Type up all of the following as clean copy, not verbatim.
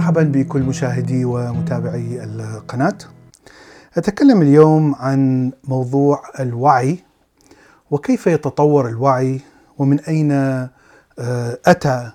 مرحبا بكل مشاهدي ومتابعي القناة. أتكلم اليوم عن موضوع الوعي وكيف يتطور الوعي ومن أين أتى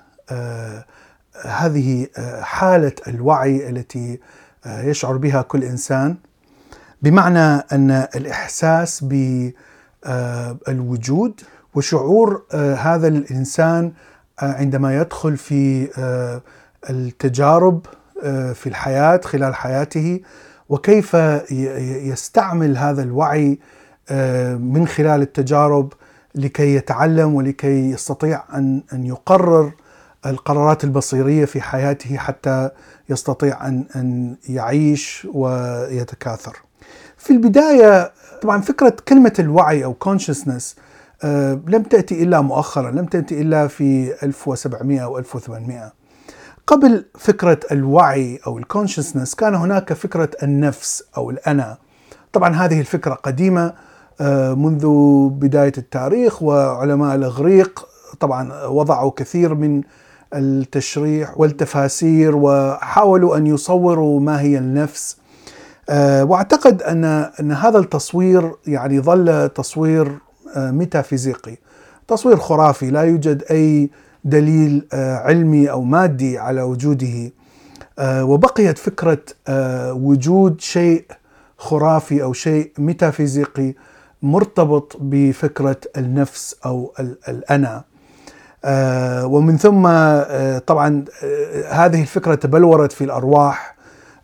هذه حالة الوعي التي يشعر بها كل إنسان، بمعنى أن الإحساس بالوجود وشعور هذا الإنسان عندما يدخل في التجارب في الحياة خلال حياته، وكيف يستعمل هذا الوعي من خلال التجارب لكي يتعلم ولكي يستطيع أن يقرر القرارات البصيرية في حياته حتى يستطيع أن يعيش ويتكاثر. في البداية طبعا فكرة كلمة الوعي أو consciousness لم تأتي إلا مؤخرا، لم تأتي إلا في 1700 أو 1800. قبل فكرة الوعي أو الكونشسنس كان هناك فكرة النفس أو الأنا. طبعا هذه الفكرة قديمة منذ بداية التاريخ، وعلماء الإغريق طبعا وضعوا كثير من التشريح والتفاسير وحاولوا أن يصوروا ما هي النفس. واعتقد أن هذا التصوير يعني ظل تصوير ميتافيزيقي، تصوير خرافي، لا يوجد أي دليل علمي أو مادي على وجوده، وبقيت فكرة وجود شيء خرافي أو شيء ميتافيزيقي مرتبط بفكرة النفس أو الأنا. ومن ثم طبعا هذه الفكرة تبلورت في الأرواح،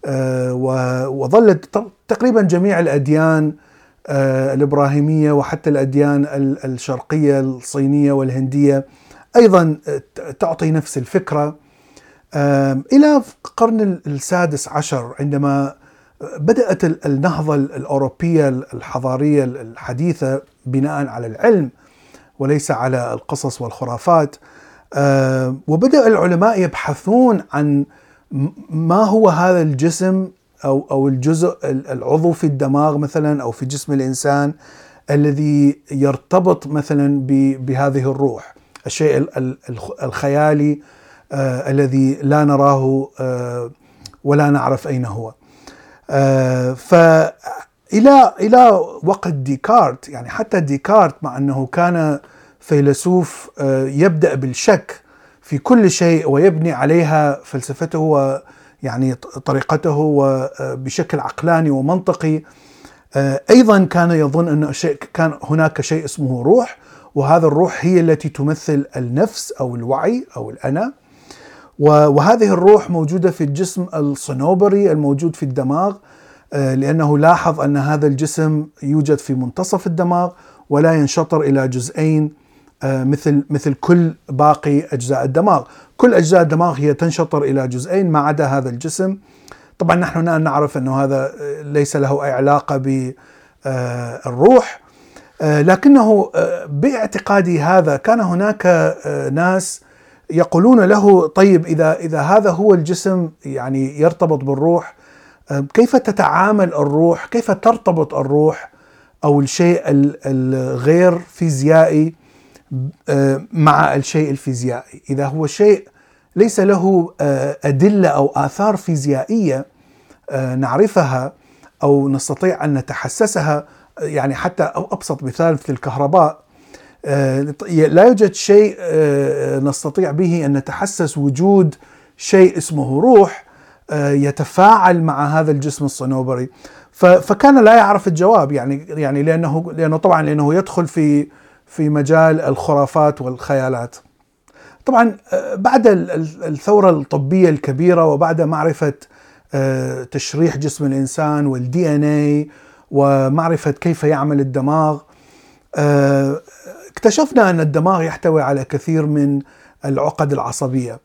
وظلت تقريبا جميع الأديان الإبراهيمية وحتى الأديان الشرقية الصينية والهندية أيضا تعطي نفس الفكرة، إلى القرن السادس عشر عندما بدأت النهضة الأوروبية الحضارية الحديثة بناء على العلم وليس على القصص والخرافات. وبدأ العلماء يبحثون عن ما هو هذا الجسم أو الجزء العضو في الدماغ مثلا أو في جسم الإنسان الذي يرتبط مثلا بهذه الروح، الشيء الخيالي الذي لا نراه ولا نعرف أين هو. فإلى وقت ديكارت، يعني حتى ديكارت مع أنه كان فيلسوف يبدأ بالشك في كل شيء ويبني عليها فلسفته ويعني طريقته وبشكل عقلاني ومنطقي، أيضا كان يظن أن كان هناك شيء اسمه روح، وهذا الروح هي التي تمثل النفس أو الوعي أو الأنا، وهذه الروح موجودة في الجسم الصنوبري الموجود في الدماغ، لأنه لاحظ أن هذا الجسم يوجد في منتصف الدماغ ولا ينشطر إلى جزئين مثل كل باقي أجزاء الدماغ. كل أجزاء الدماغ هي تنشطر إلى جزئين ما عدا هذا الجسم. طبعا نحن نعرف أنه هذا ليس له أي علاقة بالروح، لكنه باعتقادي هذا كان هناك ناس يقولون له طيب إذا هذا هو الجسم يعني يرتبط بالروح، كيف تتعامل الروح، كيف ترتبط الروح أو الشيء الغير فيزيائي مع الشيء الفيزيائي؟ إذا هو شيء ليس له أدلة أو آثار فيزيائية نعرفها أو نستطيع أن نتحسسها، يعني حتى أبسط مثال مثل الكهرباء، لا يوجد شيء نستطيع به أن نتحسس وجود شيء اسمه روح يتفاعل مع هذا الجسم الصنوبري. فكان لا يعرف الجواب، يعني لأنه يدخل في مجال الخرافات والخيالات. طبعا بعد الثورة الطبية الكبيرة وبعد معرفة تشريح جسم الإنسان والDNA ومعرفة كيف يعمل الدماغ، اكتشفنا أن الدماغ يحتوي على كثير من العقد العصبية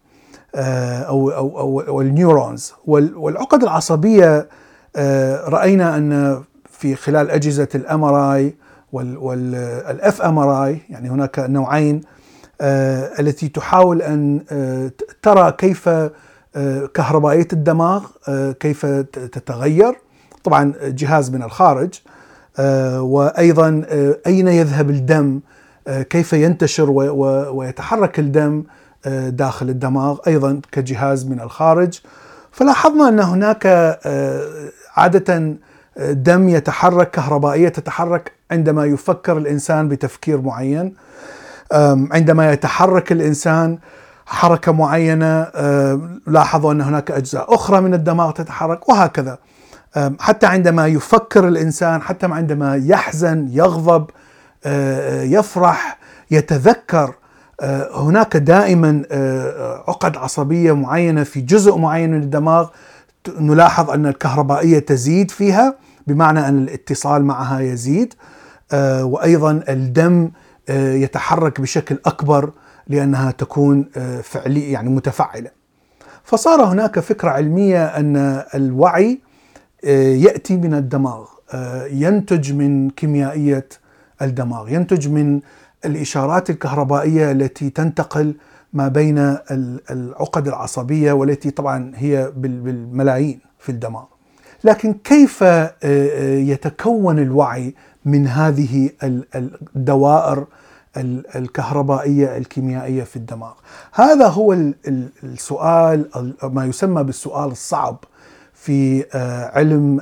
أو النيورونز. والعقد العصبية رأينا أن في خلال أجهزة الMRI والFMRI، يعني هناك نوعين التي تحاول أن ترى كيف كهربائية الدماغ كيف تتغير، طبعا جهاز من الخارج، وأيضا أين يذهب الدم، كيف ينتشر ويتحرك الدم داخل الدماغ أيضا كجهاز من الخارج. فلاحظنا أن هناك عادة دم يتحرك، كهربائية تتحرك عندما يفكر الإنسان بتفكير معين، عندما يتحرك الإنسان حركة معينة لاحظوا أن هناك أجزاء أخرى من الدماغ تتحرك، وهكذا. حتى عندما يفكر الإنسان، حتى عندما يحزن، يغضب، يفرح، يتذكر، هناك دائما عقد عصبية معينة في جزء معين من الدماغ، نلاحظ أن الكهربائية تزيد فيها، بمعنى أن الاتصال معها يزيد، وأيضا الدم يتحرك بشكل أكبر لأنها تكون فعلية، يعني متفعلة. فصار هناك فكرة علمية أن الوعي يأتي من الدماغ، ينتج من كيميائية الدماغ، ينتج من الإشارات الكهربائية التي تنتقل ما بين العقد العصبية، والتي طبعا هي بالملايين في الدماغ. لكن كيف يتكون الوعي من هذه الدوائر الكهربائية الكيميائية في الدماغ؟ هذا هو السؤال، ما يسمى بالسؤال الصعب في علم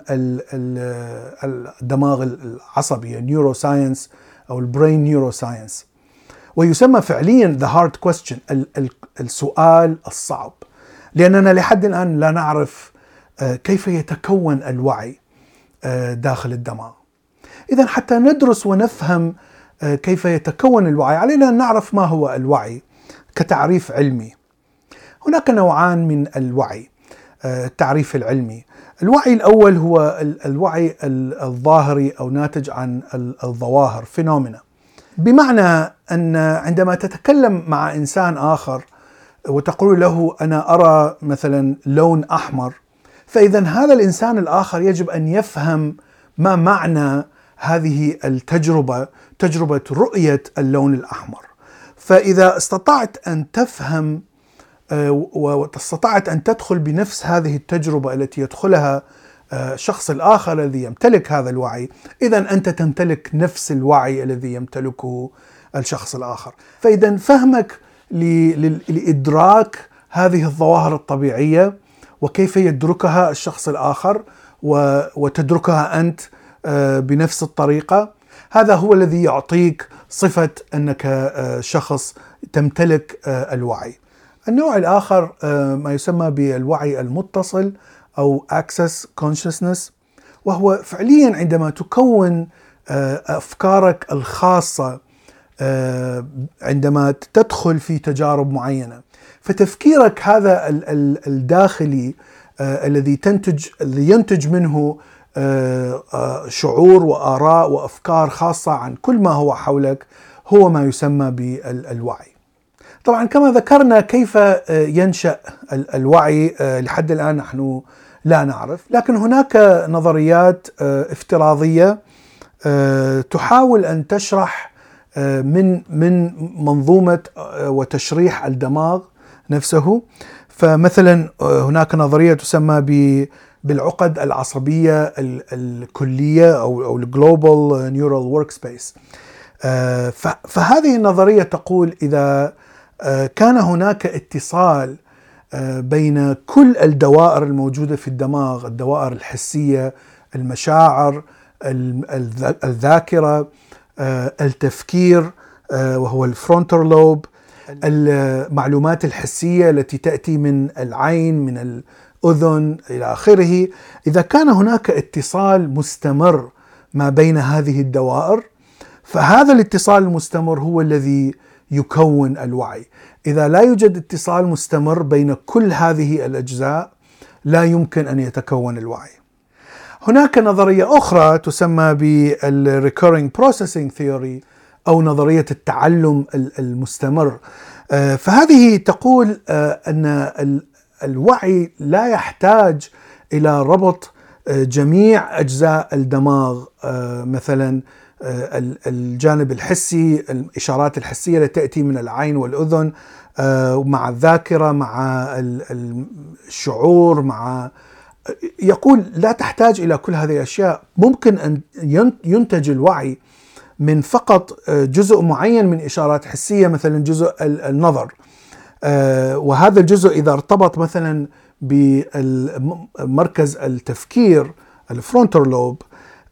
الدماغ العصبي، النيوروساينس أو البرين نيوروساينس، ويسمى فعليا the hard question، السؤال الصعب، لأننا لحد الآن لا نعرف كيف يتكون الوعي داخل الدماغ. إذن حتى ندرس ونفهم كيف يتكون الوعي، علينا أن نعرف ما هو الوعي كتعريف علمي. هناك نوعان من الوعي، التعريف العلمي. الوعي الأول هو الوعي الظاهري أو ناتج عن الظواهر، فينومينا، بمعنى أن عندما تتكلم مع إنسان آخر وتقول له أنا أرى مثلا لون أحمر، فإذا هذا الإنسان الآخر يجب أن يفهم ما معنى هذه التجربة، تجربة رؤية اللون الأحمر. فإذا استطعت أن تفهم واستطعت أن تدخل بنفس هذه التجربة التي يدخلها الشخص الآخر الذي يمتلك هذا الوعي، إذا أنت تمتلك نفس الوعي الذي يمتلكه الشخص الآخر. فإذا فهمك لإدراك هذه الظواهر الطبيعية وكيف يدركها الشخص الآخر وتدركها أنت بنفس الطريقة، هذا هو الذي يعطيك صفة أنك شخص تمتلك الوعي. النوع الآخر ما يسمى بالوعي المتصل أو access consciousness، وهو فعليا عندما تكون أفكارك الخاصة عندما تدخل في تجارب معينة، فتفكيرك هذا الداخلي الذي ينتج منه شعور وآراء وأفكار خاصة عن كل ما هو حولك، هو ما يسمى بالوعي. طبعا كما ذكرنا كيف ينشأ الوعي لحد الآن نحن لا نعرف، لكن هناك نظريات افتراضية تحاول أن تشرح من منظومة وتشريح الدماغ نفسه. فمثلا هناك نظرية تسمى بالعقد العصبية الكلية أو الجلوبال نيورال ورك سبيس. فهذه النظرية تقول إذا كان هناك اتصال بين كل الدوائر الموجودة في الدماغ، الدوائر الحسية، المشاعر، الذاكرة، التفكير وهو الفرونتال لوب، المعلومات الحسية التي تأتي من العين، من الأذن إلى آخره، إذا كان هناك اتصال مستمر ما بين هذه الدوائر، فهذا الاتصال المستمر هو الذي يكون الوعي. إذا لا يوجد اتصال مستمر بين كل هذه الأجزاء لا يمكن أن يتكون الوعي. هناك نظرية أخرى تسمى بالrecurring processing theory أو نظرية التعلم المستمر. فهذه تقول أن الوعي لا يحتاج إلى ربط جميع أجزاء الدماغ، مثلا الجانب الحسي، الإشارات الحسية التي تأتي من العين والأذن مع الذاكرة، مع الشعور، يقول لا تحتاج إلى كل هذه الأشياء. ممكن أن ينتج الوعي من فقط جزء معين من إشارات حسية، مثلا جزء النظر، وهذا الجزء إذا ارتبط مثلا بمركز التفكير الفرونتال لوب،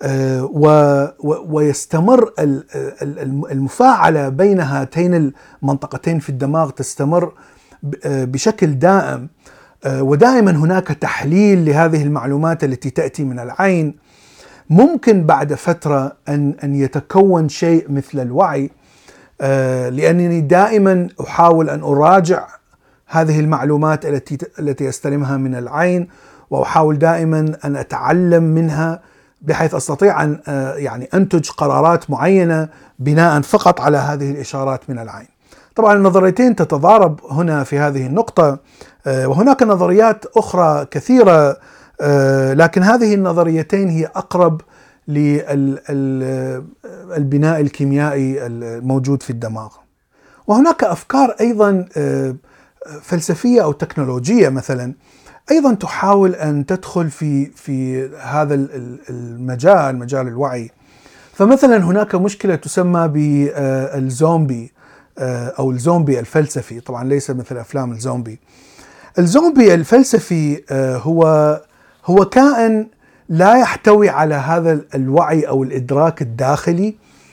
ويستمر المفاعلة بين هاتين المنطقتين في الدماغ تستمر بشكل دائم، ودائما هناك تحليل لهذه المعلومات التي تأتي من العين. ممكن بعد فترة أن يتكون شيء مثل الوعي، لأنني دائما أحاول أن أراجع هذه المعلومات التي أستلمها من العين، وأحاول دائما أن أتعلم منها بحيث أستطيع أن يعني أنتج قرارات معينة بناء فقط على هذه الإشارات من العين. طبعا النظريتين تتضارب هنا في هذه النقطة، وهناك نظريات أخرى كثيرة، لكن هذه النظريتين هي أقرب للبناء الكيميائي الموجود في الدماغ. وهناك أفكار أيضا فلسفية أو تكنولوجية مثلا أيضا تحاول أن تدخل في هذا المجال، مجال الوعي. فمثلا هناك مشكلة تسمى بالزومبي أو الزومبي الفلسفي، طبعا ليس مثل أفلام الزومبي. الزومبي الفلسفي هو كائن لا يحتوي على هذا الوعي أو الإدراك الداخلي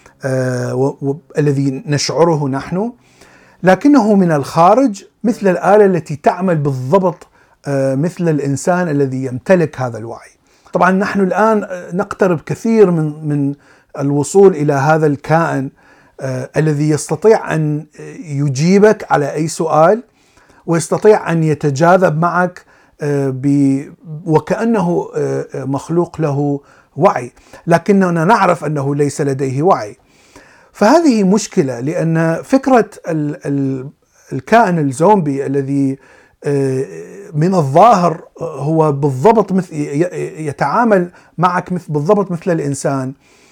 الذي نشعره نحن، لكنه من الخارج مثل الآلة التي تعمل بالضبط مثل الإنسان الذي يمتلك هذا الوعي. طبعا نحن الآن نقترب كثير من الوصول إلى هذا الكائن الذي يستطيع أن يجيبك على أي سؤال، ويستطيع أن يتجاذب معك وكأنه مخلوق له وعي، لكننا نعرف أنه ليس لديه وعي. فهذه مشكلة، لأن فكرة الكائن الزومبي الذي من الظاهر هو بالضبط يتعامل معك بالضبط مثل الإنسان،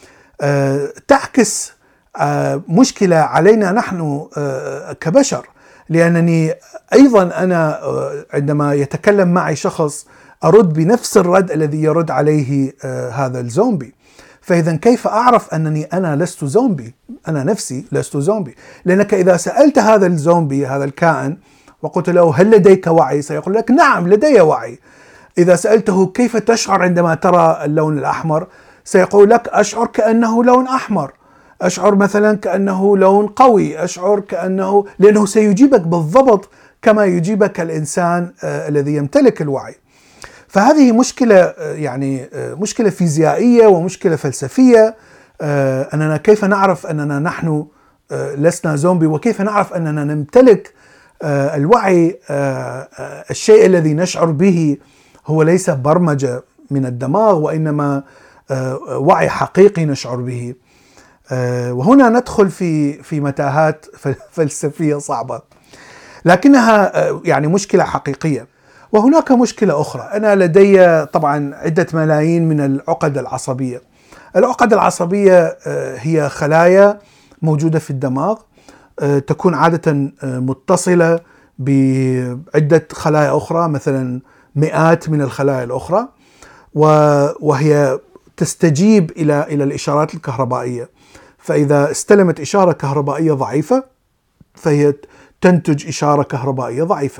تعكس مشكلة علينا نحن كبشر، لأنني أيضا أنا عندما يتكلم معي شخص أرد بنفس الرد الذي يرد عليه هذا الزومبي. فإذا كيف أعرف أنني أنا لست زومبي؟ أنا نفسي لست زومبي، لأنك إذا سألت هذا الزومبي، هذا الكائن، وقلت له هل لديك وعي؟ سيقول لك نعم لدي وعي. إذا سألته كيف تشعر عندما ترى اللون الأحمر؟ سيقول لك أشعر كأنه لون أحمر، أشعر مثلا كأنه لون قوي، أشعر كأنه، لأنه سيجيبك بالضبط كما يجيبك الإنسان الذي يمتلك الوعي. فهذه مشكلة، يعني مشكلة فيزيائية ومشكلة فلسفية، أننا كيف نعرف أننا نحن لسنا زومبي، وكيف نعرف أننا نمتلك الوعي. الشيء الذي نشعر به هو ليس برمجة من الدماغ، وإنما وعي حقيقي نشعر به. وهنا ندخل في متاهات فلسفية صعبة، لكنها يعني مشكلة حقيقية. وهناك مشكلة أخرى، أنا لدي طبعا عدة ملايين من العقد العصبية. العقد العصبية هي خلايا موجودة في الدماغ، تكون عادة متصلة بعدة خلايا أخرى، مثلا مئات من الخلايا الأخرى، وهي تستجيب إلى الإشارات الكهربائية. فإذا استلمت إشارة كهربائية ضعيفة فهي تنتج إشارة كهربائية ضعيفة.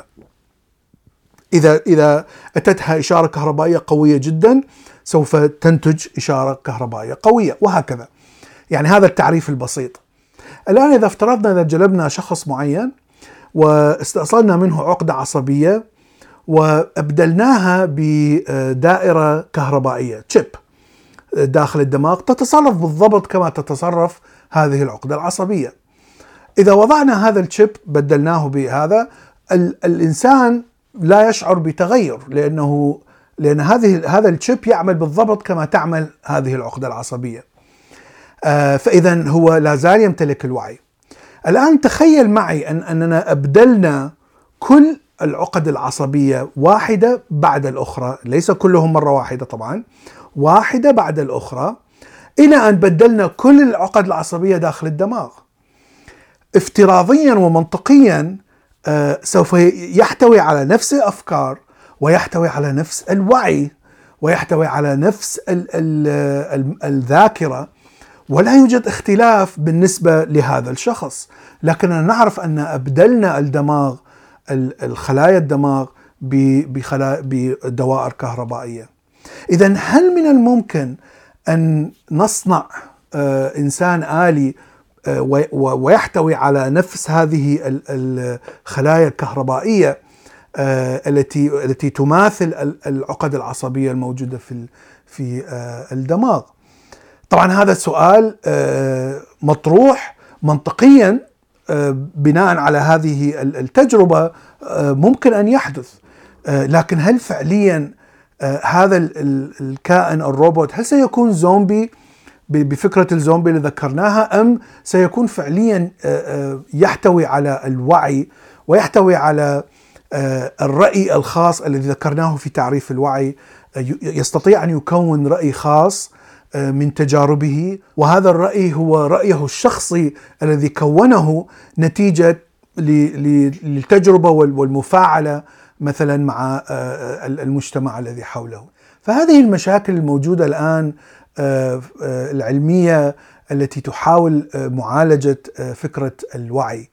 إذا أتتها إشارة كهربائية قوية جدا سوف تنتج إشارة كهربائية قوية، وهكذا. يعني هذا التعريف البسيط. الآن إذا افترضنا إذا جلبنا شخص معين واستأصلنا منه عقدة عصبية وأبدلناها بدائرة كهربائية، تشيب داخل الدماغ تتصرف بالضبط كما تتصرف هذه العقدة العصبية. إذا وضعنا هذا التشيب بدلناه بهذا، الإنسان لا يشعر بتغير، لأن هذا التشيب يعمل بالضبط كما تعمل هذه العقدة العصبية. فإذا هو لا زال يمتلك الوعي. الآن تخيل معي أننا أبدلنا كل العقد العصبية واحدة بعد الأخرى، ليس كلهم مرة واحدة طبعا، واحدة بعد الأخرى، إلى أن بدلنا كل العقد العصبية داخل الدماغ. افتراضيا ومنطقيا سوف يحتوي على نفس الأفكار، ويحتوي على نفس الوعي، ويحتوي على نفس الذاكرة، ولا يوجد اختلاف بالنسبة لهذا الشخص. لكننا نعرف أن أبدلنا الدماغ، الخلايا الدماغ بدوائر كهربائية. إذن هل من الممكن أن نصنع إنسان آلي ويحتوي على نفس هذه الخلايا الكهربائية التي تماثل العقد العصبية الموجودة في الدماغ؟ طبعا هذا السؤال مطروح منطقيا بناء على هذه التجربة، ممكن أن يحدث، لكن هل فعليا هذا الكائن الروبوت هل سيكون زومبي بفكرة الزومبي اللي ذكرناها، أم سيكون فعليا يحتوي على الوعي ويحتوي على الرأي الخاص الذي ذكرناه في تعريف الوعي، يستطيع أن يكون رأي خاص من تجاربه، وهذا الرأي هو رأيه الشخصي الذي كونه نتيجة للتجربة والمفاعلة مثلا مع المجتمع الذي حوله. فهذه المشاكل الموجودة الآن العلمية التي تحاول معالجة فكرة الوعي،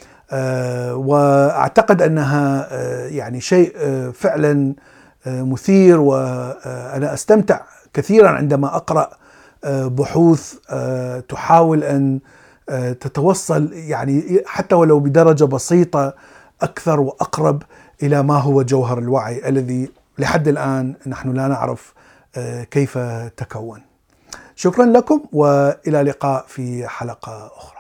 وأعتقد أنها يعني شيء فعلا مثير، وأنا أستمتع كثيرا عندما أقرأ بحوث تحاول أن تتوصل يعني حتى ولو بدرجة بسيطة أكثر وأقرب إلى ما هو جوهر الوعي الذي لحد الآن نحن لا نعرف كيف تكون. شكرا لكم، وإلى اللقاء في حلقة أخرى.